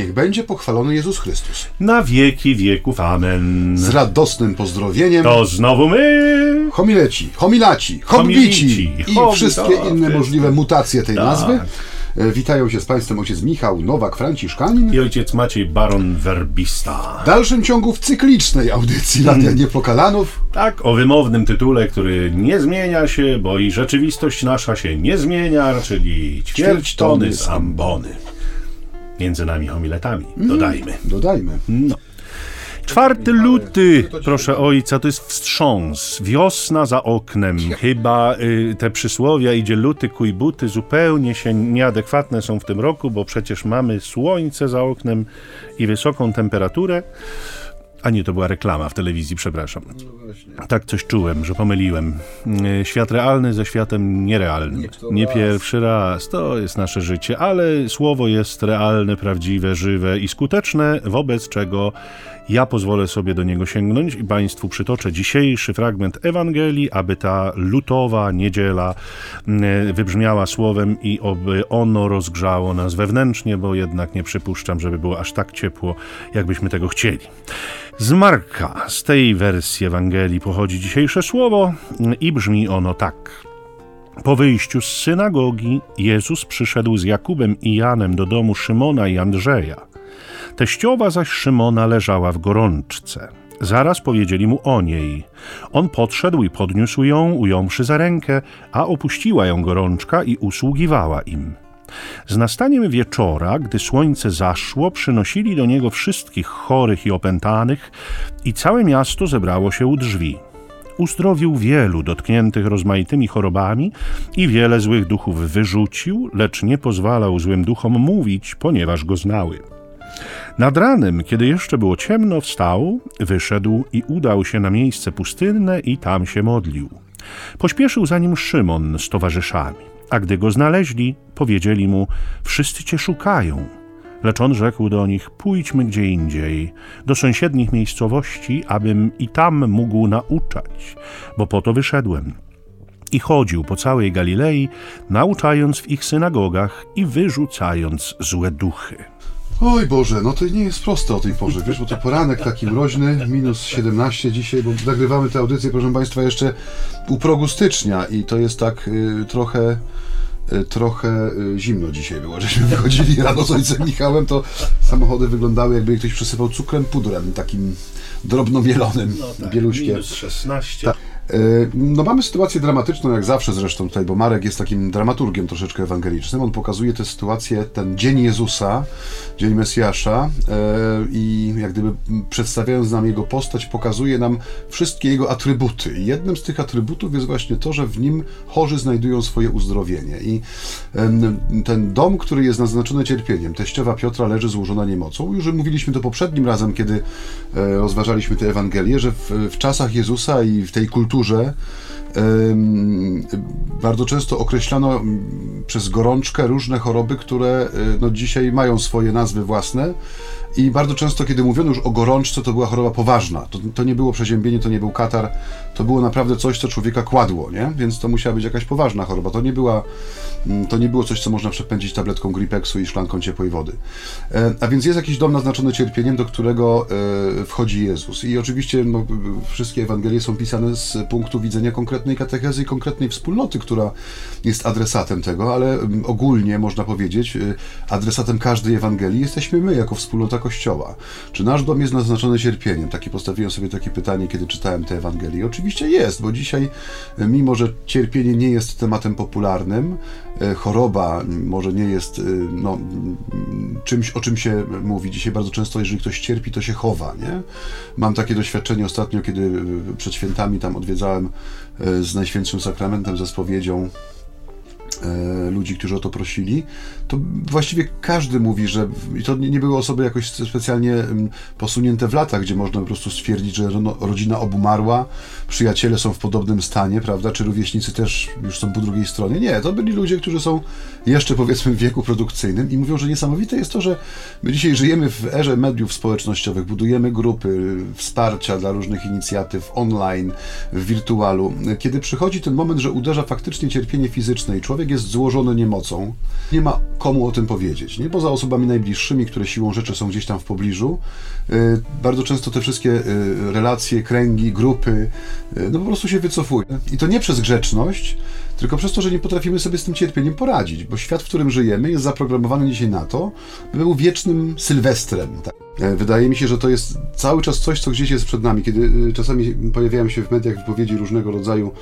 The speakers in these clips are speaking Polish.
Niech będzie pochwalony Jezus Chrystus. Na wieki wieków. Amen. Z radosnym pozdrowieniem To znowu my. Homilaci, hobbici i wszystkie inne możliwe mutacje tej nazwy. Witają się z Państwem ojciec Michał Nowak, Franciszkanin i ojciec Maciej Baron Werbista. W dalszym ciągu w cyklicznej audycji Radia Niepokalanów. Tak, o wymownym tytule, który nie zmienia się, bo i rzeczywistość nasza się nie zmienia, czyli ćwierć tony z ambony. Między nami homiletami. Dodajmy. No. 4 luty, proszę ojca, to jest wstrząs, wiosna za oknem. Chyba te przysłowia idzie luty, kuj buty zupełnie się nieadekwatne są w tym roku, bo przecież mamy słońce za oknem i wysoką temperaturę. A nie, to była reklama w telewizji, przepraszam. Tak coś czułem, że pomyliłem. Świat realny ze światem nierealnym. Nie pierwszy raz, to jest nasze życie, ale słowo jest realne, prawdziwe, żywe i skuteczne, wobec czego ja pozwolę sobie do niego sięgnąć i Państwu przytoczę dzisiejszy fragment Ewangelii, aby ta lutowa niedziela wybrzmiała słowem i oby ono rozgrzało nas wewnętrznie, bo jednak nie przypuszczam, żeby było aż tak ciepło, jakbyśmy tego chcieli. Z Marka, z tej wersji Ewangelii pochodzi dzisiejsze słowo i brzmi ono tak. Po wyjściu z synagogi Jezus przyszedł z Jakubem i Janem do domu Szymona i Andrzeja. Teściowa zaś Szymona leżała w gorączce. Zaraz powiedzieli mu o niej. On podszedł i podniósł ją, ująwszy za rękę, a opuściła ją gorączka i usługiwała im. Z nastaniem wieczora, gdy słońce zaszło, przynosili do niego wszystkich chorych i opętanych i całe miasto zebrało się u drzwi. Uzdrowił wielu dotkniętych rozmaitymi chorobami i wiele złych duchów wyrzucił, lecz nie pozwalał złym duchom mówić, ponieważ go znały. Nad ranem, kiedy jeszcze było ciemno, wstał, wyszedł i udał się na miejsce pustynne i tam się modlił. Pośpieszył za nim Szymon z towarzyszami, a gdy go znaleźli, powiedzieli mu: wszyscy cię szukają. Lecz on rzekł do nich: pójdźmy gdzie indziej, do sąsiednich miejscowości, abym i tam mógł nauczać, bo po to wyszedłem. I chodził po całej Galilei, nauczając w ich synagogach i wyrzucając złe duchy. Oj Boże, no to nie jest proste o tej porze, wiesz, bo to poranek taki mroźny, minus 17 dzisiaj, bo nagrywamy tę audycję, proszę Państwa, jeszcze u progu stycznia i to jest tak trochę zimno dzisiaj było, żeśmy wychodzili rano z ojcem Michałem, to samochody wyglądały, jakby ktoś przysypał cukrem pudrem, takim drobno mielonym, bieluśkiem. Minus 16. Tak. No mamy sytuację dramatyczną, jak zawsze zresztą tutaj, bo Marek jest takim dramaturgiem troszeczkę ewangelicznym. On pokazuje tę sytuację, ten dzień Jezusa, dzień Mesjasza i jak gdyby przedstawiając nam jego postać, pokazuje nam wszystkie jego atrybuty. I jednym z tych atrybutów jest właśnie to, że w nim chorzy znajdują swoje uzdrowienie. I ten dom, który jest naznaczony cierpieniem, teściowa Piotra leży złożona niemocą. Już mówiliśmy to poprzednim razem, kiedy rozważaliśmy tę Ewangelię, że w czasach Jezusa i w tej kulturze bardzo często określano przez gorączkę różne choroby, które dzisiaj mają swoje nazwy własne i bardzo często, kiedy mówiono już o gorączce, to była choroba poważna. To nie było przeziębienie, to nie był katar, to było naprawdę coś, co człowieka kładło, nie? Więc to musiała być jakaś poważna choroba. To nie było coś, co można przepędzić tabletką Gripexu i szklanką ciepłej wody. A więc jest jakiś dom naznaczony cierpieniem, do którego wchodzi Jezus. I oczywiście wszystkie Ewangelie są pisane z punktu widzenia konkretnej katechezy i konkretnej wspólnoty, która jest adresatem tego, ale ogólnie można powiedzieć, adresatem każdej Ewangelii jesteśmy my, jako wspólnota Kościoła. Czy nasz dom jest naznaczony cierpieniem? Postawiłem sobie takie pytanie, kiedy czytałem tę Ewangelię. Oczywiście jest, bo dzisiaj, mimo że cierpienie nie jest tematem popularnym, choroba może nie jest czymś, o czym się mówi. Dzisiaj bardzo często, jeżeli ktoś cierpi, to się chowa, nie? Mam takie doświadczenie ostatnio, kiedy przed świętami tam odwiedzałem z Najświętszym Sakramentem, ze spowiedzią ludzi, którzy o to prosili, to właściwie każdy mówi, że i to nie były osoby jakoś specjalnie posunięte w latach, gdzie można po prostu stwierdzić, że rodzina obumarła, przyjaciele są w podobnym stanie, prawda, czy rówieśnicy też już są po drugiej stronie. Nie, to byli ludzie, którzy są jeszcze, powiedzmy, w wieku produkcyjnym i mówią, że niesamowite jest to, że my dzisiaj żyjemy w erze mediów społecznościowych, budujemy grupy wsparcia dla różnych inicjatyw online, w wirtualu. Kiedy przychodzi ten moment, że uderza faktycznie cierpienie fizyczne i człowiek człowiek jest złożony niemocą, nie ma komu o tym powiedzieć, nie? Poza osobami najbliższymi, które siłą rzeczy są gdzieś tam w pobliżu. Bardzo często te wszystkie relacje, kręgi, grupy, no po prostu się wycofuje. I to nie przez grzeczność, tylko przez to, że nie potrafimy sobie z tym cierpieniem poradzić, bo świat, w którym żyjemy, jest zaprogramowany dzisiaj na to, by był wiecznym sylwestrem. Tak? Wydaje mi się, że to jest cały czas coś, co gdzieś jest przed nami. Kiedy czasami pojawiają się w mediach wypowiedzi różnego rodzaju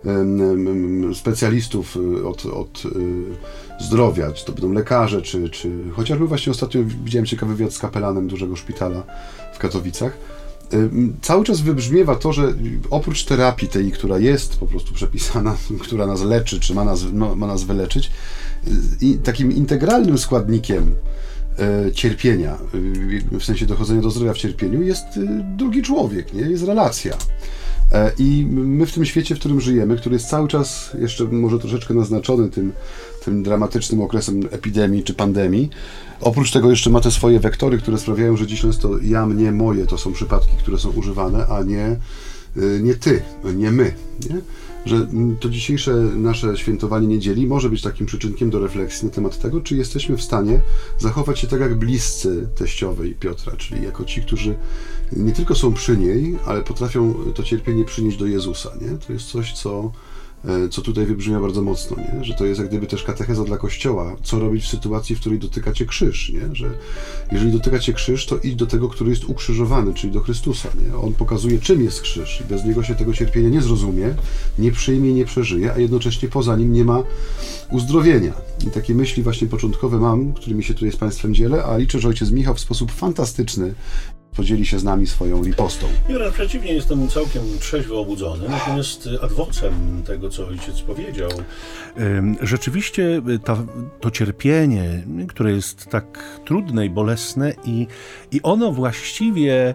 specjalistów od zdrowia, czy to będą lekarze, czy chociażby właśnie ostatnio widziałem ciekawy wywiad z kapelanem dużego szpitala w Katowicach. Cały czas wybrzmiewa to, że oprócz terapii tej, która jest po prostu przepisana, która nas leczy, czy ma nas wyleczyć, i takim integralnym składnikiem cierpienia, w sensie dochodzenia do zdrowia w cierpieniu, jest drugi człowiek, nie? Jest relacja. I my w tym świecie, w którym żyjemy, który jest cały czas jeszcze może troszeczkę naznaczony tym dramatycznym okresem epidemii czy pandemii, oprócz tego jeszcze ma te swoje wektory, które sprawiają, że dziś często ja, mnie, moje to są przypadki, które są używane, a nie ty, nie my. Nie? Że to dzisiejsze nasze świętowanie niedzieli może być takim przyczynkiem do refleksji na temat tego, czy jesteśmy w stanie zachować się tak jak bliscy teściowej Piotra, czyli jako ci, którzy nie tylko są przy niej, ale potrafią to cierpienie przynieść do Jezusa. Nie? To jest coś, co tutaj wybrzmia bardzo mocno, nie? Że to jest jak gdyby też katecheza dla Kościoła, co robić w sytuacji, w której dotyka cię krzyż, nie? Że jeżeli dotyka cię krzyż, to idź do tego, który jest ukrzyżowany, czyli do Chrystusa, nie? On pokazuje, czym jest krzyż i bez niego się tego cierpienia nie zrozumie, nie przyjmie, nie przeżyje, a jednocześnie poza nim nie ma uzdrowienia. I takie myśli właśnie początkowe mam, którymi się tutaj z Państwem dzielę, a liczę, że ojciec Michał w sposób fantastyczny podzieli się z nami swoją ripostą. Ja wręcz przeciwnie, jestem całkiem trzeźwo obudzony, natomiast adwocem tego, co ojciec powiedział. Rzeczywiście to cierpienie, które jest tak trudne i bolesne i ono właściwie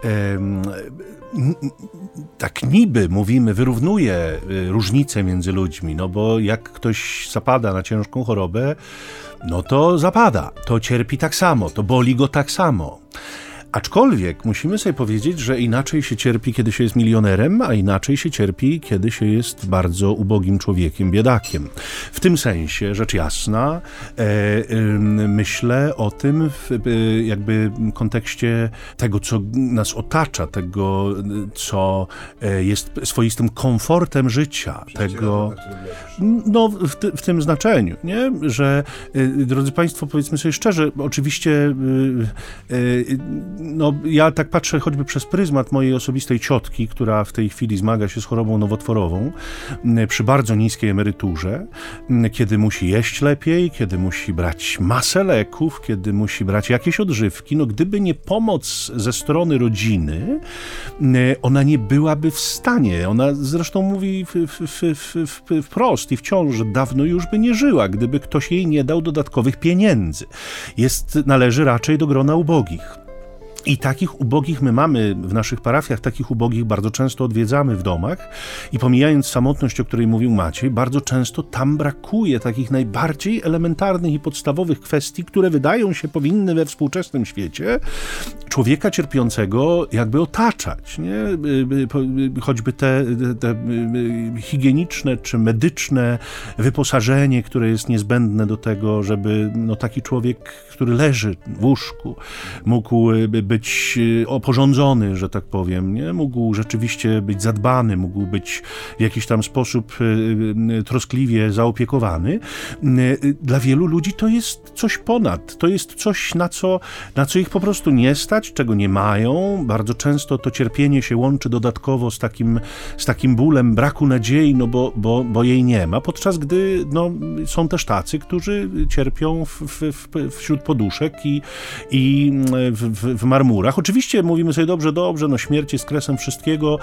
tak niby mówimy, wyrównuje różnice między ludźmi, no bo jak ktoś zapada na ciężką chorobę, no to zapada, to cierpi tak samo, to boli go tak samo. Aczkolwiek musimy sobie powiedzieć, że inaczej się cierpi, kiedy się jest milionerem, a inaczej się cierpi, kiedy się jest bardzo ubogim człowiekiem, biedakiem. W tym sensie, rzecz jasna, myślę o tym w jakby kontekście tego, co nas otacza, tego, co jest swoistym komfortem życia, tego, no w tym znaczeniu, nie? Że, drodzy Państwo, powiedzmy sobie szczerze, oczywiście no, ja tak patrzę choćby przez pryzmat mojej osobistej ciotki, która w tej chwili zmaga się z chorobą nowotworową przy bardzo niskiej emeryturze, kiedy musi jeść lepiej, kiedy musi brać masę leków, kiedy musi brać jakieś odżywki. No, gdyby nie pomoc ze strony rodziny, ona nie byłaby w stanie. Ona zresztą mówi wprost i wciąż, że dawno już by nie żyła, gdyby ktoś jej nie dał dodatkowych pieniędzy. Należy raczej do grona ubogich. I takich ubogich my mamy w naszych parafiach, takich ubogich bardzo często odwiedzamy w domach i pomijając samotność, o której mówił Maciej, bardzo często tam brakuje takich najbardziej elementarnych i podstawowych kwestii, które wydają się powinny we współczesnym świecie człowieka cierpiącego jakby otaczać, nie? Choćby te higieniczne czy medyczne wyposażenie, które jest niezbędne do tego, żeby taki człowiek, który leży w łóżku, mógł być oporządzony, że tak powiem, nie? Mógł rzeczywiście być zadbany, mógł być w jakiś tam sposób troskliwie zaopiekowany. Dla wielu ludzi to jest coś ponad, to jest coś, na co ich po prostu nie stać, czego nie mają. Bardzo często to cierpienie się łączy dodatkowo z takim bólem braku nadziei, no bo jej nie ma, podczas gdy są też tacy, którzy cierpią wśród poduszek i w marmurach. Oczywiście mówimy sobie dobrze, no śmierć jest kresem wszystkiego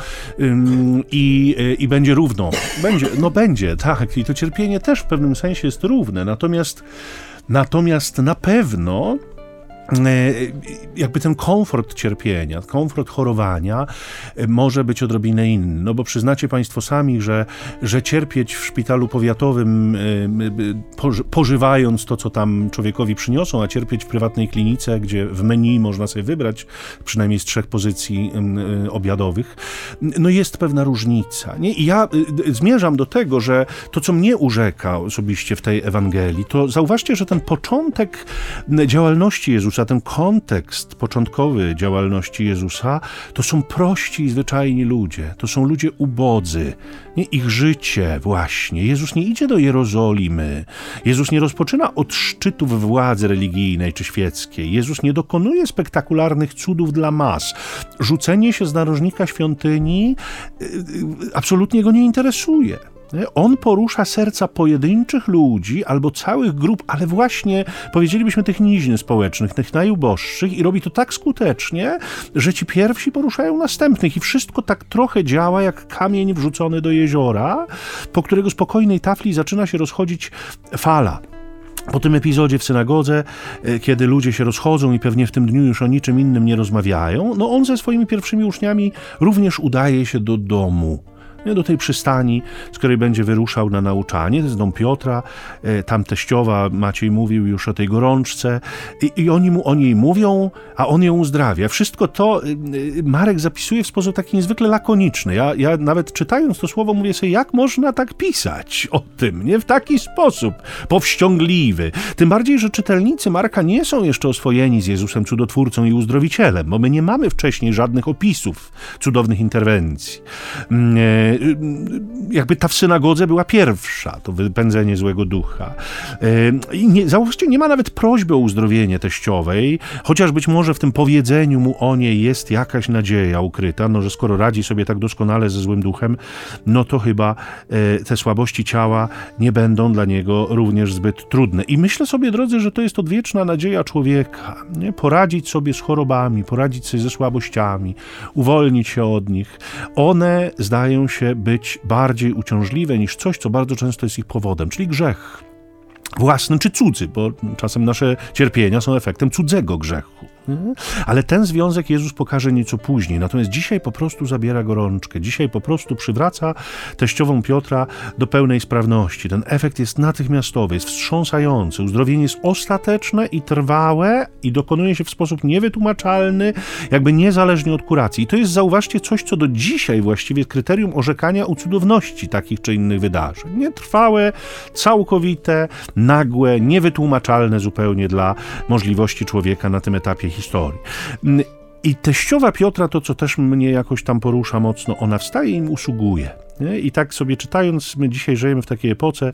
i będzie równo. Będzie, tak. I to cierpienie też w pewnym sensie jest równe. Natomiast na pewno jakby ten komfort cierpienia, komfort chorowania może być odrobinę inny. No bo przyznacie państwo sami, że cierpieć w szpitalu powiatowym, pożywając to, co tam człowiekowi przyniosą, a cierpieć w prywatnej klinice, gdzie w menu można sobie wybrać przynajmniej z 3 pozycji obiadowych, no jest pewna różnica. Nie? I ja zmierzam do tego, że to, co mnie urzeka osobiście w tej Ewangelii, to zauważcie, że ten początek działalności Jezusa, ten kontekst początkowy działalności Jezusa, to są prości i zwyczajni ludzie. To są ludzie ubodzy. Nie? Ich życie właśnie. Jezus nie idzie do Jerozolimy. Jezus nie rozpoczyna od szczytów władzy religijnej czy świeckiej. Jezus nie dokonuje spektakularnych cudów dla mas. Rzucenie się z narożnika świątyni absolutnie go nie interesuje. On porusza serca pojedynczych ludzi albo całych grup, ale właśnie, powiedzielibyśmy, tych nizin społecznych, tych najuboższych, i robi to tak skutecznie, że ci pierwsi poruszają następnych i wszystko tak trochę działa jak kamień wrzucony do jeziora, po którego spokojnej tafli zaczyna się rozchodzić fala. Po tym epizodzie w synagodze, kiedy ludzie się rozchodzą i pewnie w tym dniu już o niczym innym nie rozmawiają, no on ze swoimi pierwszymi uczniami również udaje się do domu. Do tej przystani, z której będzie wyruszał na nauczanie. To jest dom Piotra, tam teściowa, Maciej mówił już o tej gorączce i oni mu o niej mówią, a on ją uzdrawia. Wszystko to Marek zapisuje w sposób taki niezwykle lakoniczny. Ja nawet czytając to słowo mówię sobie, jak można tak pisać o tym, nie? W taki sposób powściągliwy. Tym bardziej, że czytelnicy Marka nie są jeszcze oswojeni z Jezusem cudotwórcą i uzdrowicielem, bo my nie mamy wcześniej żadnych opisów cudownych interwencji. Jakby ta w synagodze była pierwsza, to wypędzenie złego ducha. Zauważcie, nie ma nawet prośby o uzdrowienie teściowej, chociaż być może w tym powiedzeniu mu o niej jest jakaś nadzieja ukryta, no że skoro radzi sobie tak doskonale ze złym duchem, no to chyba te słabości ciała nie będą dla niego również zbyt trudne. I myślę sobie, drodzy, że to jest odwieczna nadzieja człowieka, nie? Poradzić sobie z chorobami, poradzić sobie ze słabościami, uwolnić się od nich. One zdają się być bardziej uciążliwe niż coś, co bardzo często jest ich powodem, czyli grzech własny czy cudzy, bo czasem nasze cierpienia są efektem cudzego grzechu. Ale ten związek Jezus pokaże nieco później. Natomiast dzisiaj po prostu zabiera gorączkę. Dzisiaj po prostu przywraca teściową Piotra do pełnej sprawności. Ten efekt jest natychmiastowy, jest wstrząsający. Uzdrowienie jest ostateczne i trwałe i dokonuje się w sposób niewytłumaczalny, jakby niezależnie od kuracji. I to jest, zauważcie, coś, co do dzisiaj właściwie jest kryterium orzekania o cudowności takich czy innych wydarzeń. Nietrwałe, całkowite, nagłe, niewytłumaczalne zupełnie dla możliwości człowieka na tym etapie historii. I teściowa Piotra, to co też mnie jakoś tam porusza mocno, ona wstaje i im usługuje. Nie? I tak sobie czytając, my dzisiaj żyjemy w takiej epoce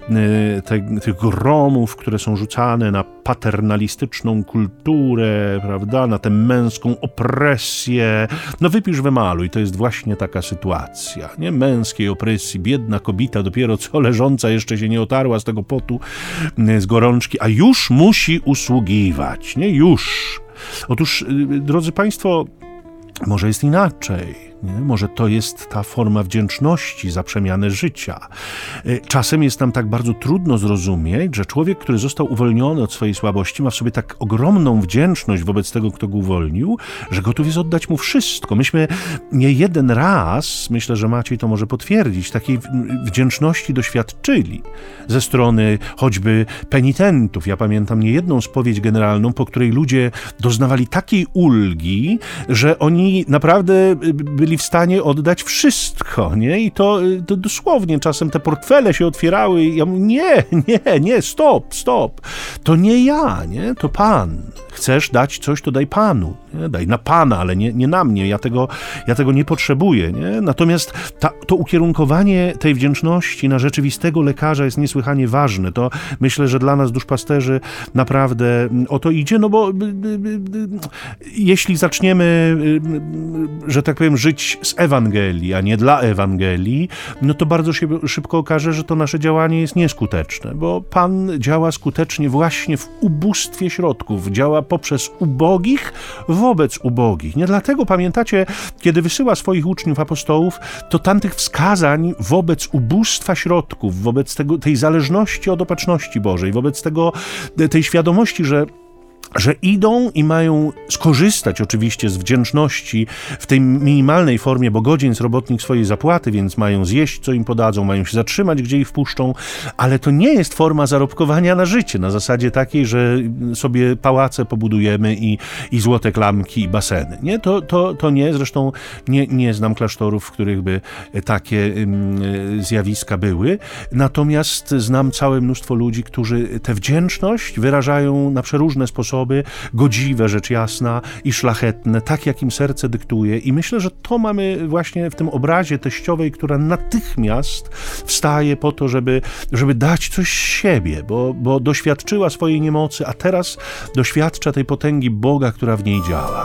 tych gromów, które są rzucane na paternalistyczną kulturę, prawda, na tę męską opresję. No wypisz, wymaluj, to jest właśnie taka sytuacja, nie? Męskiej opresji, biedna kobieta, dopiero co leżąca, jeszcze się nie otarła z tego potu, z gorączki, a już musi usługiwać, nie? Już. Otóż, drodzy Państwo, może jest inaczej. Nie? Może to jest ta forma wdzięczności za przemianę życia. Czasem jest nam tak bardzo trudno zrozumieć, że człowiek, który został uwolniony od swojej słabości, ma w sobie tak ogromną wdzięczność wobec tego, kto go uwolnił, że gotów jest oddać mu wszystko. Myśmy nie jeden raz, myślę, że Maciej to może potwierdzić, takiej wdzięczności doświadczyli ze strony choćby penitentów. Ja pamiętam niejedną spowiedź generalną, po której ludzie doznawali takiej ulgi, że oni naprawdę byli w stanie oddać wszystko, nie? I to dosłownie czasem te portfele się otwierały i ja mówię, nie, stop. To nie ja, nie? To Pan. Chcesz dać coś, to daj Panu. Nie? Daj na Pana, ale nie na mnie. Ja tego nie potrzebuję, nie? Natomiast to ukierunkowanie tej wdzięczności na rzeczywistego lekarza jest niesłychanie ważne. To myślę, że dla nas duszpasterzy naprawdę o to idzie, no bo jeśli zaczniemy, że tak powiem, żyć z Ewangelii, a nie dla Ewangelii, no to bardzo się szybko okaże, że to nasze działanie jest nieskuteczne, bo Pan działa skutecznie właśnie w ubóstwie środków, działa poprzez ubogich wobec ubogich. Nie dlatego, pamiętacie, kiedy wysyła swoich uczniów apostołów, to tamtych wskazań wobec ubóstwa środków, wobec tej zależności od opatrzności Bożej, wobec tej świadomości, że że idą i mają skorzystać oczywiście z wdzięczności w tej minimalnej formie, bo godzien jest robotnik swojej zapłaty, więc mają zjeść, co im podadzą, mają się zatrzymać, gdzie ich wpuszczą, ale to nie jest forma zarobkowania na życie, na zasadzie takiej, że sobie pałace pobudujemy i złote klamki i baseny. Nie, to nie, zresztą nie znam klasztorów, w których by takie zjawiska były, natomiast znam całe mnóstwo ludzi, którzy tę wdzięczność wyrażają na przeróżne sposoby, godziwe, rzecz jasna, i szlachetne, tak jak im serce dyktuje. I myślę, że to mamy właśnie w tym obrazie teściowej, która natychmiast wstaje po to, żeby dać coś z siebie, bo doświadczyła swojej niemocy, a teraz doświadcza tej potęgi Boga, która w niej działa.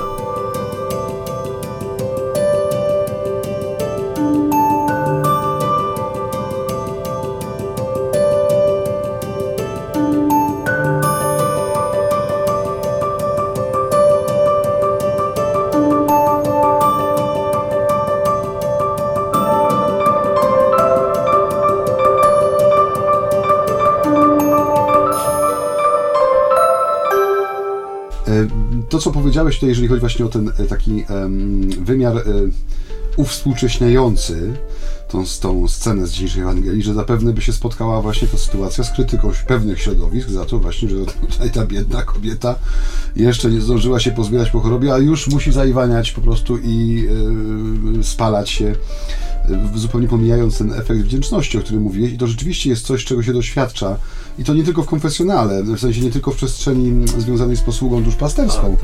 To, co powiedziałeś tutaj, jeżeli chodzi właśnie o ten taki wymiar uwspółcześniający tą scenę z dzisiejszej Ewangelii, że zapewne by się spotkała właśnie ta sytuacja z krytyką pewnych środowisk za to właśnie, że tutaj ta biedna kobieta jeszcze nie zdążyła się pozbierać po chorobie, a już musi zaiwaniać po prostu i spalać się, zupełnie pomijając ten efekt wdzięczności, o którym mówiłeś. I to rzeczywiście jest coś, czego się doświadcza. I to nie tylko w konfesjonale, w sensie nie tylko w przestrzeni związanej z posługą duszpasterską.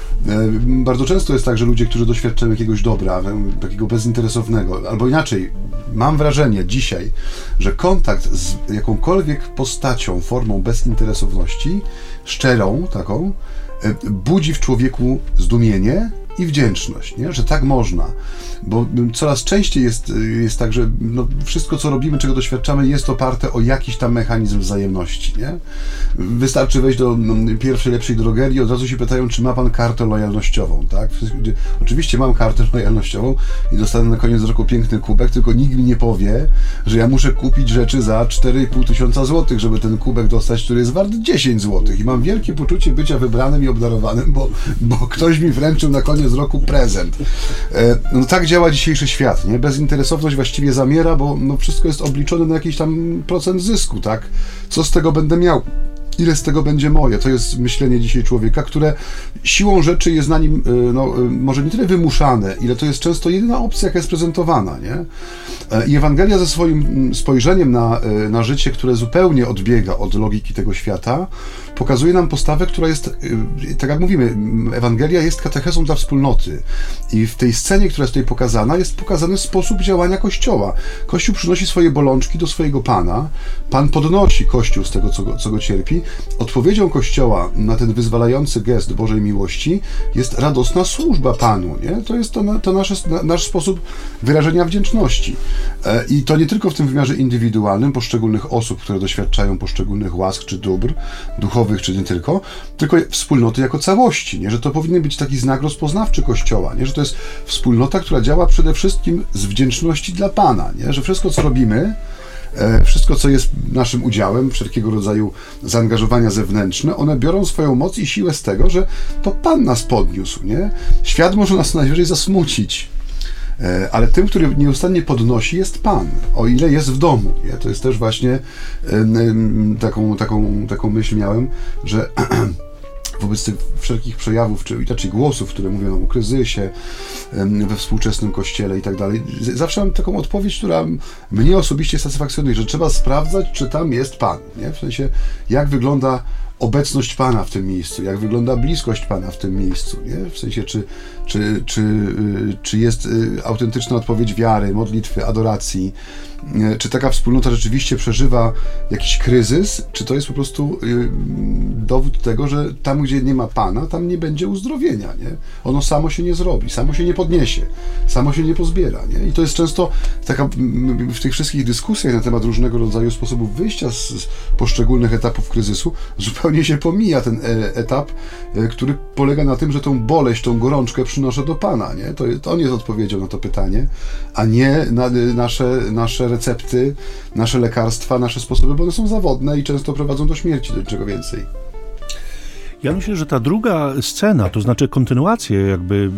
Bardzo często jest tak, że ludzie, którzy doświadczają jakiegoś dobra, takiego bezinteresownego, albo inaczej, mam wrażenie dzisiaj, że kontakt z jakąkolwiek postacią, formą bezinteresowności, szczerą taką, budzi w człowieku zdumienie i wdzięczność, nie? Że tak można, bo coraz częściej jest tak, że wszystko, co robimy, czego doświadczamy, jest oparte o jakiś tam mechanizm wzajemności, nie? Wystarczy wejść do pierwszej, lepszej drogerii i od razu się pytają, czy ma pan kartę lojalnościową, tak? Oczywiście mam kartę lojalnościową i dostanę na koniec roku piękny kubek, tylko nikt mi nie powie, że ja muszę kupić rzeczy za 4,5 tysiąca złotych, żeby ten kubek dostać, który jest wart 10 złotych, i mam wielkie poczucie bycia wybranym i obdarowanym, bo ktoś mi wręczył na koniec roku prezent. No tak działa dzisiejszy świat, nie? Bezinteresowność właściwie zamiera, bo wszystko jest obliczone na jakiś tam procent zysku, tak? Co z tego będę miał? Ile z tego będzie moje? To jest myślenie dzisiaj człowieka, które siłą rzeczy jest na nim, może nie tyle wymuszane, ile to jest często jedyna opcja, jaka jest prezentowana, nie? I Ewangelia ze swoim spojrzeniem na życie, które zupełnie odbiega od logiki tego świata, pokazuje nam postawę, która jest, tak jak mówimy, Ewangelia jest katechezą dla wspólnoty. I w tej scenie, która jest tutaj pokazana, jest pokazany sposób działania Kościoła. Kościół przynosi swoje bolączki do swojego Pana. Pan podnosi Kościół z tego, co go cierpi. Odpowiedzią Kościoła na ten wyzwalający gest Bożej miłości jest radosna służba Panu, nie? To jest nasz sposób wyrażenia wdzięczności. I to nie tylko w tym wymiarze indywidualnym poszczególnych osób, które doświadczają poszczególnych łask czy dóbr duchowych, czy nie tylko wspólnoty jako całości, nie? Że to powinien być taki znak rozpoznawczy Kościoła, nie? Że to jest wspólnota, która działa przede wszystkim z wdzięczności dla Pana, nie? Że wszystko, co robimy, wszystko, co jest naszym udziałem, wszelkiego rodzaju zaangażowania zewnętrzne, one biorą swoją moc i siłę z tego, że to Pan nas podniósł, nie? Świat może nas najwyżej zasmucić, ale tym, który nieustannie podnosi, jest Pan, o ile jest w domu, nie? To jest też właśnie taką myśl miałem, że wobec tych wszelkich przejawów, czy inaczej głosów, które mówią nam o kryzysie we współczesnym Kościele i tak dalej, zawsze mam taką odpowiedź, która mnie osobiście satysfakcjonuje, że trzeba sprawdzać, czy tam jest Pan, nie? W sensie, jak wygląda obecność Pana w tym miejscu, jak wygląda bliskość Pana w tym miejscu, nie? W sensie, czy jest autentyczna odpowiedź wiary, modlitwy, adoracji, czy taka wspólnota rzeczywiście przeżywa jakiś kryzys, czy to jest po prostu dowód tego, że tam, gdzie nie ma Pana, tam nie będzie uzdrowienia, nie? Ono samo się nie zrobi, samo się nie podniesie, samo się nie pozbiera, nie? I to jest często taka, w tych wszystkich dyskusjach na temat różnego rodzaju sposobów wyjścia z poszczególnych etapów kryzysu, zupełnie się pomija ten etap, który polega na tym, że tą boleść, tą gorączkę przynoszę do Pana, nie? To on jest odpowiedzią na to pytanie, a nie na nasze recepty, nasze lekarstwa, nasze sposoby, bo one są zawodne i często prowadzą do śmierci, do niczego więcej. Ja myślę, że ta druga scena, to znaczy kontynuację jakby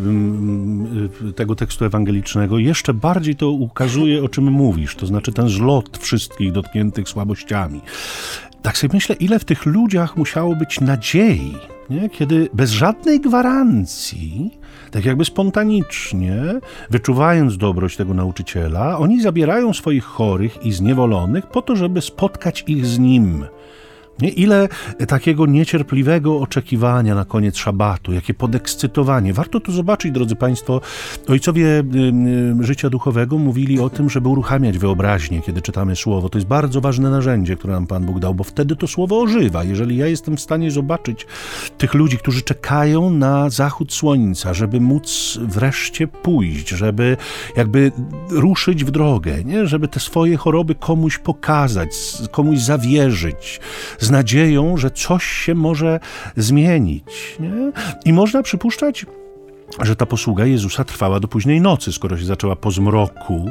tego tekstu ewangelicznego, jeszcze bardziej to ukazuje, o czym mówisz, to znaczy ten zlot wszystkich dotkniętych słabościami. Tak sobie myślę, ile w tych ludziach musiało być nadziei, nie? Kiedy bez żadnej gwarancji, tak jakby spontanicznie, wyczuwając dobroć tego nauczyciela, oni zabierają swoich chorych i zniewolonych po to, żeby spotkać ich z nim. Nie? Ile takiego niecierpliwego oczekiwania na koniec szabatu, jakie podekscytowanie. Warto to zobaczyć, drodzy Państwo. Ojcowie życia duchowego mówili o tym, żeby uruchamiać wyobraźnię, kiedy czytamy Słowo. To jest bardzo ważne narzędzie, które nam Pan Bóg dał, bo wtedy to Słowo ożywa. Jeżeli ja jestem w stanie zobaczyć tych ludzi, którzy czekają na zachód słońca, żeby móc wreszcie pójść, żeby jakby ruszyć w drogę, nie? Żeby te swoje choroby komuś pokazać, komuś zawierzyć, z nadzieją, że coś się może zmienić. Nie? I można przypuszczać, że ta posługa Jezusa trwała do późnej nocy, skoro się zaczęła po zmroku.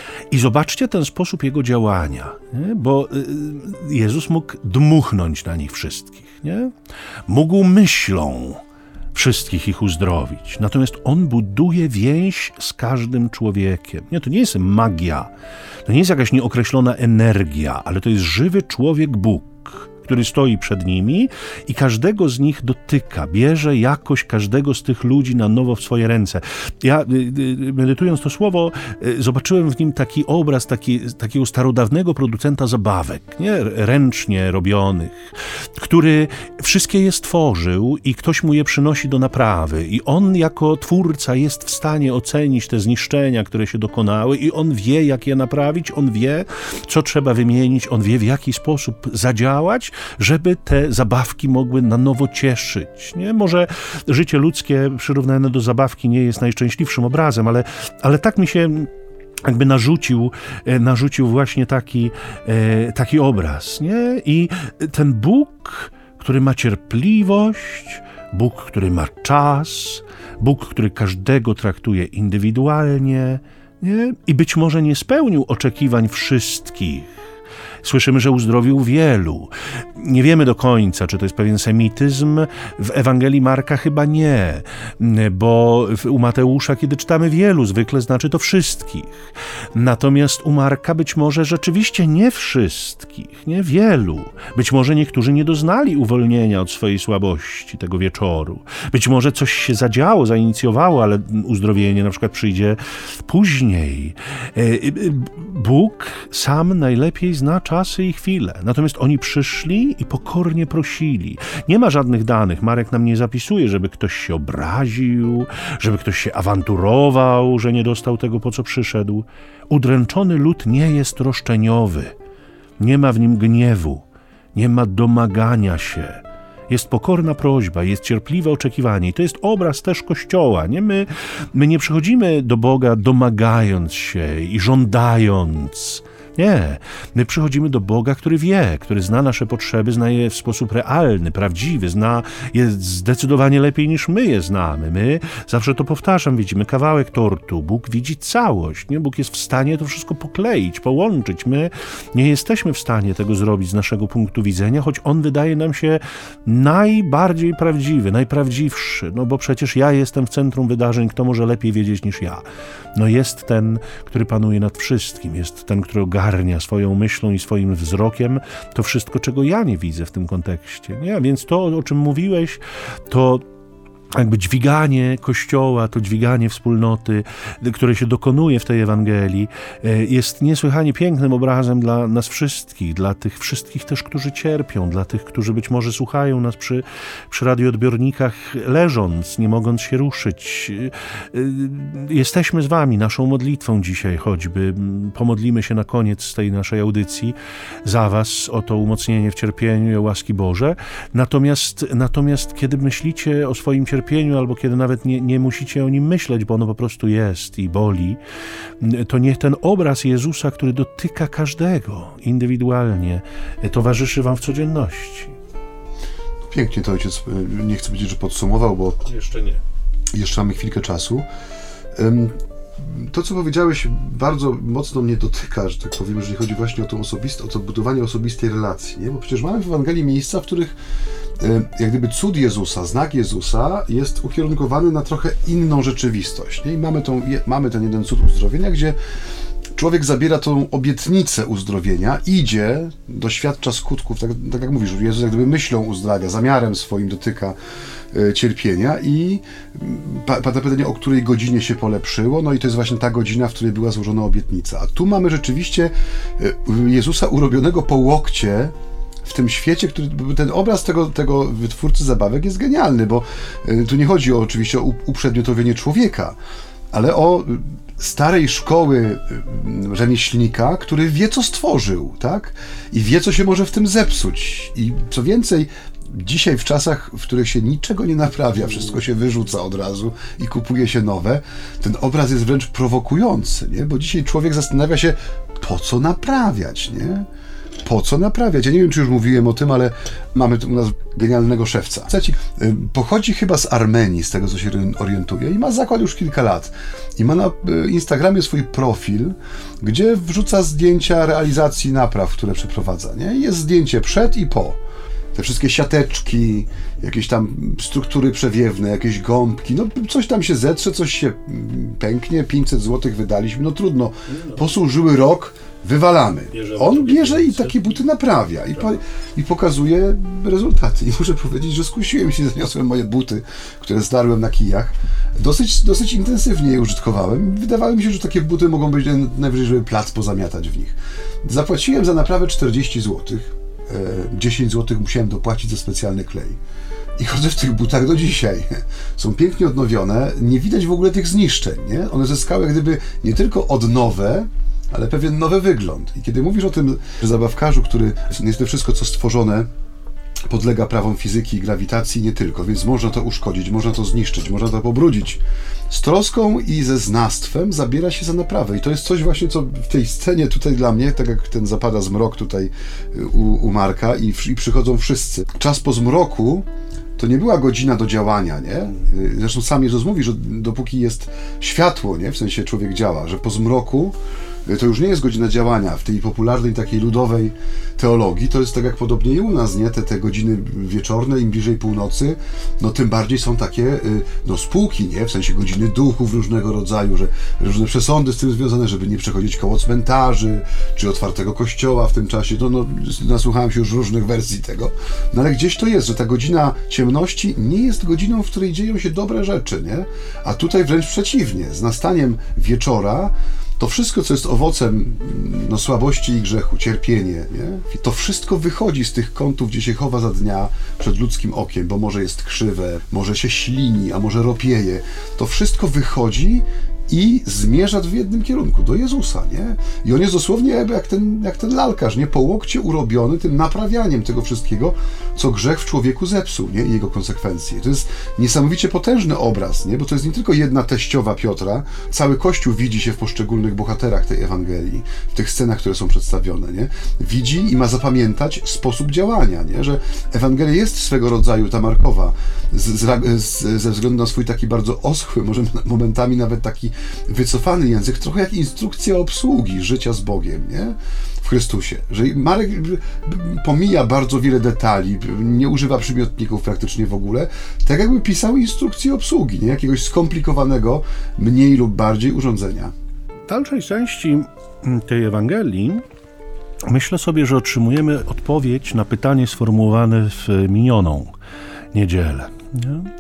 I zobaczcie ten sposób Jego działania, nie? Bo Jezus mógł dmuchnąć na nich wszystkich. Nie? Mógł myślą wszystkich ich uzdrowić. Natomiast On buduje więź z każdym człowiekiem. Nie, to nie jest magia, to nie jest jakaś nieokreślona energia, ale to jest żywy człowiek Bóg, który stoi przed nimi i każdego z nich dotyka, bierze jakoś każdego z tych ludzi na nowo w swoje ręce. Ja, medytując to słowo, zobaczyłem w nim taki obraz takiego starodawnego producenta zabawek, nie? Ręcznie robionych, który wszystkie je stworzył i ktoś mu je przynosi do naprawy i on jako twórca jest w stanie ocenić te zniszczenia, które się dokonały i on wie, jak je naprawić, on wie, co trzeba wymienić, on wie, w jaki sposób zadziałać, żeby te zabawki mogły na nowo cieszyć. Nie? Może życie ludzkie przyrównane do zabawki nie jest najszczęśliwszym obrazem, ale tak mi się jakby narzucił właśnie taki obraz. Nie? I ten Bóg, który ma cierpliwość, Bóg, który ma czas, Bóg, który każdego traktuje indywidualnie, nie? I być może nie spełnił oczekiwań wszystkich. Słyszymy, że uzdrowił wielu. Nie wiemy do końca, czy to jest pewien semityzm. W Ewangelii Marka chyba nie, bo u Mateusza, kiedy czytamy wielu, zwykle znaczy to wszystkich. Natomiast u Marka być może rzeczywiście nie wszystkich, nie wielu. Być może niektórzy nie doznali uwolnienia od swojej słabości tego wieczoru. Być może coś się zadziało, zainicjowało, ale uzdrowienie na przykład przyjdzie później. Bóg sam najlepiej zna czasy i chwile. Natomiast oni przyszli i pokornie prosili. Nie ma żadnych danych. Marek nam nie zapisuje, żeby ktoś się obraził, żeby ktoś się awanturował, że nie dostał tego, po co przyszedł. Udręczony lud nie jest roszczeniowy. Nie ma w nim gniewu. Nie ma domagania się. Jest pokorna prośba, jest cierpliwe oczekiwanie. I to jest obraz też Kościoła. Nie? My nie przychodzimy do Boga domagając się i żądając. Nie. My przychodzimy do Boga, który wie, który zna nasze potrzeby, zna je w sposób realny, prawdziwy, zna je zdecydowanie lepiej niż my je znamy. My, zawsze to powtarzam, widzimy kawałek tortu. Bóg widzi całość. Nie? Bóg jest w stanie to wszystko pokleić, połączyć. My nie jesteśmy w stanie tego zrobić z naszego punktu widzenia, choć On wydaje nam się najbardziej prawdziwy, najprawdziwszy. No bo przecież ja jestem w centrum wydarzeń, kto może lepiej wiedzieć niż ja. No jest ten, który panuje nad wszystkim, jest ten, który ogarnia swoją myślą i swoim wzrokiem to wszystko, czego ja nie widzę w tym kontekście. Nie? Więc to, o czym mówiłeś, to jakby dźwiganie Kościoła, to dźwiganie wspólnoty, które się dokonuje w tej Ewangelii, jest niesłychanie pięknym obrazem dla nas wszystkich, dla tych wszystkich też, którzy cierpią, dla tych, którzy być może słuchają nas przy radioodbiornikach leżąc, nie mogąc się ruszyć. Jesteśmy z wami, naszą modlitwą dzisiaj choćby. Pomodlimy się na koniec tej naszej audycji za was o to umocnienie w cierpieniu i o łaski Boże. Natomiast kiedy myślicie o swoim cierpieniu, albo kiedy nawet nie musicie o nim myśleć, bo ono po prostu jest i boli, to niech ten obraz Jezusa, który dotyka każdego indywidualnie, towarzyszy wam w codzienności. Pięknie to ojciec, nie chcę powiedzieć, że podsumował, bo jeszcze nie. Jeszcze mamy chwilkę czasu. to, co powiedziałeś, bardzo mocno mnie dotyka, że tak powiem, jeżeli chodzi właśnie o to budowanie osobistej relacji, nie? Bo przecież mamy w Ewangelii miejsca, w których jak gdyby cud Jezusa, znak Jezusa jest ukierunkowany na trochę inną rzeczywistość, nie? I mamy ten jeden cud uzdrowienia, gdzie człowiek zabiera tą obietnicę uzdrowienia, idzie, doświadcza skutków, tak jak mówisz, Jezus jak gdyby myślą uzdrawia, zamiarem swoim dotyka cierpienia i pada pytanie, o której godzinie się polepszyło, no i to jest właśnie ta godzina, w której była złożona obietnica. A tu mamy rzeczywiście Jezusa urobionego po łokcie w tym świecie, ten obraz tego wytwórcy zabawek jest genialny, bo tu nie chodzi oczywiście o uprzedmiotowienie człowieka, ale o starej szkoły rzemieślnika, który wie, co stworzył, tak? I wie, co się może w tym zepsuć. I co więcej, dzisiaj w czasach, w których się niczego nie naprawia, wszystko się wyrzuca od razu i kupuje się nowe, ten obraz jest wręcz prowokujący, nie? Bo dzisiaj człowiek zastanawia się, po co naprawiać, nie? Po co naprawiać? Ja nie wiem, czy już mówiłem o tym, ale mamy tu u nas genialnego szewca. Pochodzi chyba z Armenii, z tego, co się orientuje, i ma zakład już kilka lat. I ma na Instagramie swój profil, gdzie wrzuca zdjęcia realizacji napraw, które przeprowadza, nie? I jest zdjęcie przed i po. Te wszystkie siateczki, jakieś tam struktury przewiewne, jakieś gąbki, no coś tam się zetrze, coś się pęknie, 500 zł wydaliśmy, no trudno. Posłużyły rok, wywalamy. On bierze i takie buty naprawia i pokazuje rezultaty. I muszę powiedzieć, że skusiłem się, zaniosłem moje buty, które zdarłem na kijach. Dosyć intensywnie je użytkowałem. Wydawało mi się, że takie buty mogą być najwyżej, żeby plac pozamiatać w nich. Zapłaciłem za naprawę 40 zł. 10 zł musiałem dopłacić za specjalny klej. I chodzę w tych butach do dzisiaj. Są pięknie odnowione, nie widać w ogóle tych zniszczeń, nie? One zyskały jak gdyby nie tylko odnowę, ale pewien nowy wygląd. I kiedy mówisz o tym, że zabawkarzu, który niestety wszystko, co stworzone, podlega prawom fizyki i grawitacji, nie tylko, więc można to uszkodzić, można to zniszczyć, można to pobrudzić. Z troską i ze znawstwem zabiera się za naprawę. I to jest coś właśnie, co w tej scenie tutaj dla mnie, tak jak ten zapada zmrok tutaj u Marka i przychodzą wszyscy. Czas po zmroku to nie była godzina do działania, nie? Zresztą sam Jezus mówi, że dopóki jest światło, nie? W sensie człowiek działa, że po zmroku to już nie jest godzina działania. W tej popularnej, takiej ludowej teologii to jest tak jak podobnie i u nas, nie? Te godziny wieczorne, im bliżej północy, no tym bardziej są takie spółki, nie? W sensie godziny duchów różnego rodzaju, że różne przesądy z tym związane, żeby nie przechodzić koło cmentarzy, czy otwartego kościoła w tym czasie. Nasłuchałem się już różnych wersji tego. No ale gdzieś to jest, że ta godzina ciemności nie jest godziną, w której dzieją się dobre rzeczy, nie? A tutaj wręcz przeciwnie. Z nastaniem wieczora to wszystko, co jest owocem słabości i grzechu, cierpienie, nie? To wszystko wychodzi z tych kątów, gdzie się chowa za dnia przed ludzkim okiem, bo może jest krzywe, może się ślini, a może ropieje. To wszystko wychodzi i zmierza w jednym kierunku, do Jezusa, nie? I on jest dosłownie jak ten lalkarz, nie? Po łokcie urobiony tym naprawianiem tego wszystkiego, co grzech w człowieku zepsuł, nie? I jego konsekwencje. To jest niesamowicie potężny obraz, nie? Bo to jest nie tylko jedna teściowa Piotra, cały Kościół widzi się w poszczególnych bohaterach tej Ewangelii, w tych scenach, które są przedstawione, nie? Widzi i ma zapamiętać sposób działania, nie? Że Ewangelia jest swego rodzaju, ta Markowa, ze względu na swój taki bardzo oschły, może momentami nawet taki wycofany język, trochę jak instrukcja obsługi życia z Bogiem, nie? W Chrystusie. Że Marek pomija bardzo wiele detali, nie używa przymiotników praktycznie w ogóle, tak jakby pisał instrukcję obsługi, nie? Jakiegoś skomplikowanego, mniej lub bardziej urządzenia. W dalszej części tej Ewangelii myślę sobie, że otrzymujemy odpowiedź na pytanie sformułowane w minioną niedzielę. Nie?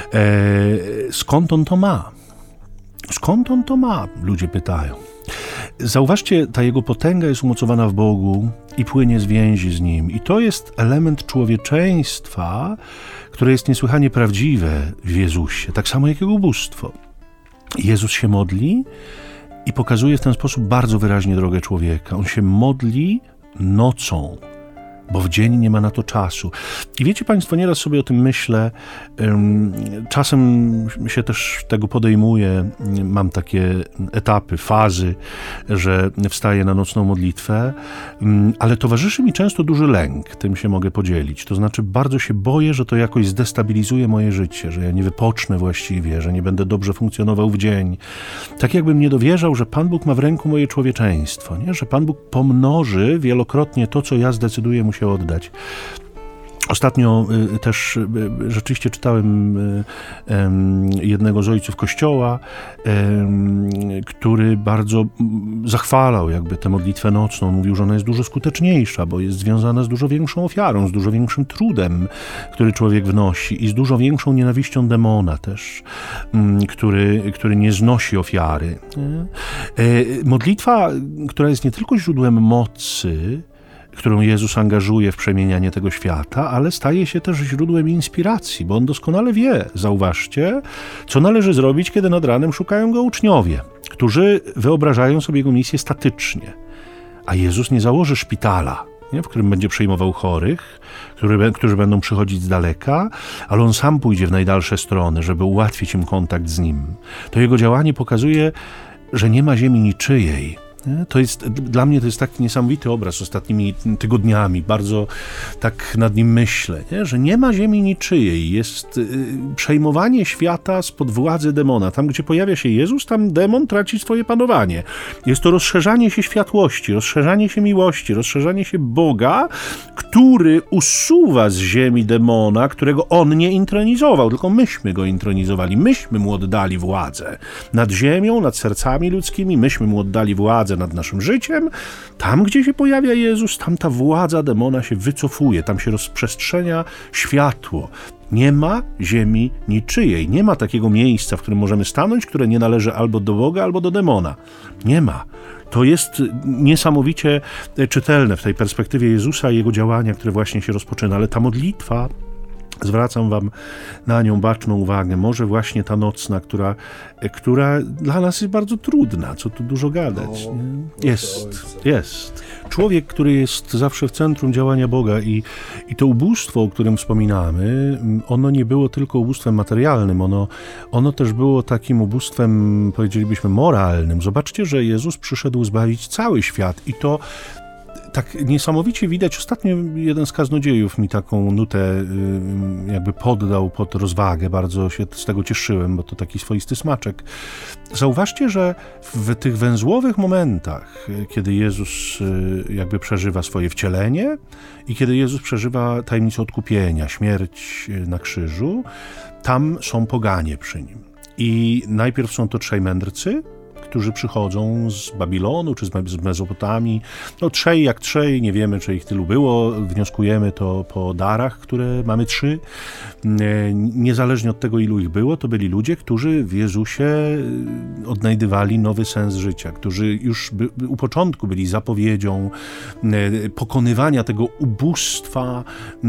Skąd on to ma? Skąd on to ma? Ludzie pytają. Zauważcie, ta jego potęga jest umocowana w Bogu i płynie z więzi z Nim. I to jest element człowieczeństwa, które jest niesłychanie prawdziwe w Jezusie, tak samo jak jego bóstwo. Jezus się modli i pokazuje w ten sposób bardzo wyraźnie drogę człowieka. On się modli nocą. bo w dzień nie ma na to czasu. I wiecie państwo, nieraz sobie o tym myślę, czasem się też tego podejmuję, mam takie etapy, fazy, że wstaję na nocną modlitwę, ale towarzyszy mi często duży lęk, tym się mogę podzielić. To znaczy bardzo się boję, że to jakoś zdestabilizuje moje życie, że ja nie wypocznę właściwie, że nie będę dobrze funkcjonował w dzień. Tak jakbym nie dowierzał, że Pan Bóg ma w ręku moje człowieczeństwo, nie? Że Pan Bóg pomnoży wielokrotnie to, co ja zdecyduję mu się oddać. Ostatnio też rzeczywiście czytałem jednego z ojców Kościoła, który bardzo zachwalał jakby tę modlitwę nocną. Mówił, że ona jest dużo skuteczniejsza, bo jest związana z dużo większą ofiarą, z dużo większym trudem, który człowiek wnosi i z dużo większą nienawiścią demona też, który nie znosi ofiary. Modlitwa, która jest nie tylko źródłem mocy, którą Jezus angażuje w przemienianie tego świata, ale staje się też źródłem inspiracji, bo On doskonale wie, zauważcie, co należy zrobić, kiedy nad ranem szukają Go uczniowie, którzy wyobrażają sobie Jego misję statycznie. A Jezus nie założy szpitala, nie? W którym będzie przyjmował chorych, którzy będą przychodzić z daleka, ale On sam pójdzie w najdalsze strony, żeby ułatwić im kontakt z Nim. To Jego działanie pokazuje, że nie ma ziemi niczyjej. Dla mnie to jest taki niesamowity obraz ostatnimi tygodniami, bardzo tak nad nim myślę, nie? Że nie ma ziemi niczyjej, jest przejmowanie świata spod władzy demona. Tam, gdzie pojawia się Jezus, tam demon traci swoje panowanie. Jest to rozszerzanie się światłości, rozszerzanie się miłości, rozszerzanie się Boga, który usuwa z ziemi demona, którego On nie intronizował, tylko myśmy go intronizowali, myśmy mu oddali władzę nad ziemią, nad sercami ludzkimi, myśmy mu oddali władzę nad naszym życiem. Tam, gdzie się pojawia Jezus, tam ta władza demona się wycofuje, tam się rozprzestrzenia światło. Nie ma ziemi niczyjej, nie ma takiego miejsca, w którym możemy stanąć, które nie należy albo do Boga, albo do demona. Nie ma. To jest niesamowicie czytelne w tej perspektywie Jezusa i Jego działania, które właśnie się rozpoczyna, ale ta modlitwa, zwracam wam na nią baczną uwagę. Może właśnie ta nocna, która dla nas jest bardzo trudna, co tu dużo gadać. Jest. Człowiek, który jest zawsze w centrum działania Boga i to ubóstwo, o którym wspominamy, ono nie było tylko ubóstwem materialnym, ono też było takim ubóstwem, powiedzielibyśmy, moralnym. Zobaczcie, że Jezus przyszedł zbawić cały świat i to tak niesamowicie widać. Ostatnio jeden z kaznodziejów mi taką nutę jakby poddał pod rozwagę. Bardzo się z tego cieszyłem, bo to taki swoisty smaczek. Zauważcie, że w tych węzłowych momentach, kiedy Jezus jakby przeżywa swoje wcielenie i kiedy Jezus przeżywa tajemnicę odkupienia, śmierć na krzyżu, tam są poganie przy Nim. I najpierw są to trzej mędrcy, którzy przychodzą z Babilonu czy z Mezopotamii. Trzej jak trzej, nie wiemy, czy ich tylu było. Wnioskujemy to po darach, które mamy 3. Niezależnie od tego, ilu ich było, to byli ludzie, którzy w Jezusie odnajdywali nowy sens życia, którzy już u początku byli zapowiedzią pokonywania tego ubóstwa,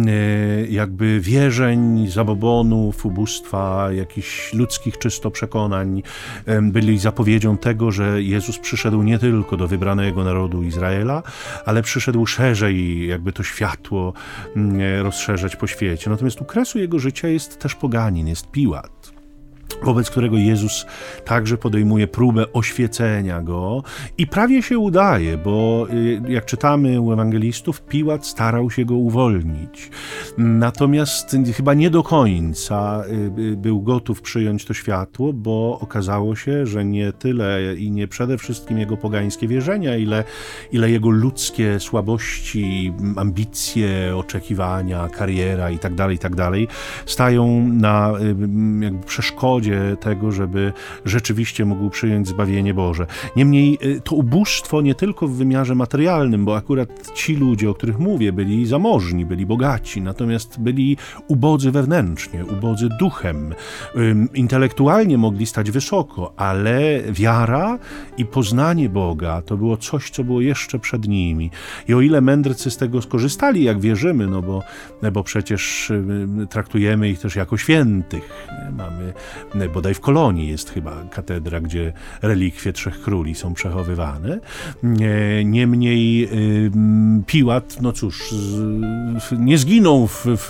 jakby wierzeń, zabobonów, ubóstwa jakichś ludzkich czysto przekonań. Byli zapowiedzią tego, że Jezus przyszedł nie tylko do wybranego narodu Izraela, ale przyszedł szerzej, jakby to światło rozszerzać po świecie. Natomiast u kresu Jego życia jest też poganin, jest Piłat, wobec którego Jezus także podejmuje próbę oświecenia go i prawie się udaje, bo jak czytamy u ewangelistów, Piłat starał się go uwolnić. Natomiast chyba nie do końca był gotów przyjąć to światło, bo okazało się, że nie tyle i nie przede wszystkim jego pogańskie wierzenia, ile jego ludzkie słabości, ambicje, oczekiwania, kariera i tak dalej, stają na jakby przeszkodzie tego, żeby rzeczywiście mógł przyjąć zbawienie Boże. Niemniej to ubóstwo nie tylko w wymiarze materialnym, bo akurat ci ludzie, o których mówię, byli zamożni, byli bogaci, natomiast byli ubodzy wewnętrznie, ubodzy duchem. Intelektualnie mogli stać wysoko, ale wiara i poznanie Boga to było coś, co było jeszcze przed nimi. I o ile mędrcy z tego skorzystali, jak wierzymy, bo przecież traktujemy ich też jako świętych. bodaj w Kolonii jest chyba katedra, gdzie relikwie Trzech Króli są przechowywane. Niemniej Piłat, no cóż, nie zginął w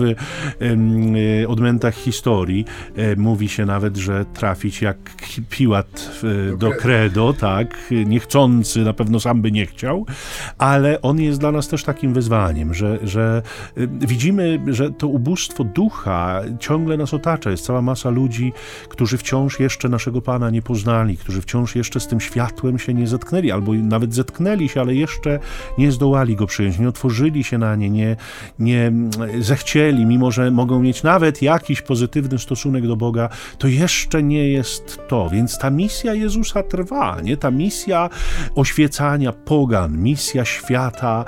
odmętach historii. Mówi się nawet, że trafić jak Piłat do credo, tak, niechcący, na pewno sam by nie chciał, ale on jest dla nas też takim wyzwaniem, że widzimy, że to ubóstwo ducha ciągle nas otacza. Jest cała masa ludzi, którzy wciąż jeszcze naszego Pana nie poznali, którzy wciąż jeszcze z tym światłem się nie zetknęli, albo nawet zetknęli się, ale jeszcze nie zdołali go przyjąć, nie otworzyli się na nie zechcieli, mimo że mogą mieć nawet jakiś pozytywny stosunek do Boga, to jeszcze nie jest to. Więc ta misja Jezusa trwa, nie? Ta misja oświecania pogan, misja świata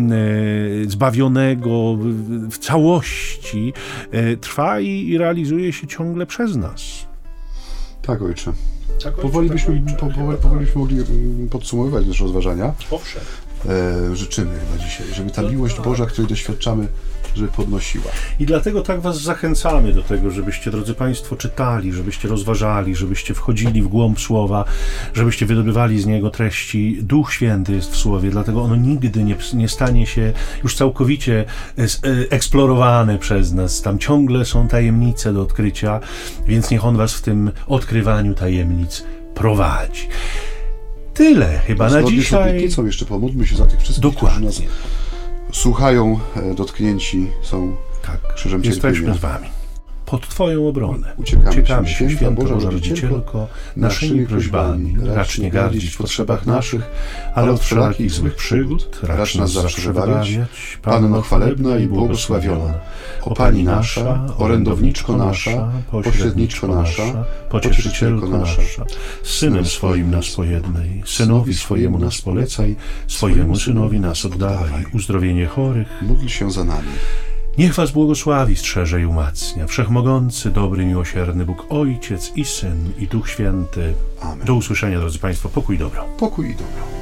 zbawionego w całości trwa i realizuje się ciągle przez nas. Tak, ojcze. Powoli byśmy mogli podsumowywać nasze rozważania. Owszem. Życzymy chyba dzisiaj, żeby ta miłość Boża, której doświadczamy, żeby podnosiła. I dlatego tak was zachęcamy do tego, żebyście, drodzy Państwo, czytali, żebyście rozważali, żebyście wchodzili w głąb Słowa, żebyście wydobywali z niego treści. Duch Święty jest w Słowie, dlatego ono nigdy nie stanie się już całkowicie eksplorowane przez nas. Tam ciągle są tajemnice do odkrycia, więc niech on was w tym odkrywaniu tajemnic prowadzi. Tyle chyba na dzisiaj. Z obietnicą jeszcze pomódlmy się za tych wszystkich, którzy nas słuchają, dotknięci są krzyżem cierpienia. Jesteśmy z wami. Pod Twoją obronę. Uciekamy się, święta Boża Rodzicielko, naszymi prośbami. Racz nie gardzić w potrzebach naszych, ale od wszelakich złych przygód racz nas zawsze wybawiać. Panno chwalebna i błogosławiona, o Pani nasza, orędowniczko nasza, pośredniczko nasza, pocieszycielko nasza, z Synem swoim nas pojednaj, Synowi swojemu nas polecaj, swojemu Synowi nas oddawaj, uzdrowienie chorych. Módl się za nami. Niech was błogosławi, strzeże i umacnia Wszechmogący, dobry, miłosierny Bóg, Ojciec i Syn i Duch Święty. Amen. Do usłyszenia, drodzy Państwo. Pokój i dobro. Pokój i dobro.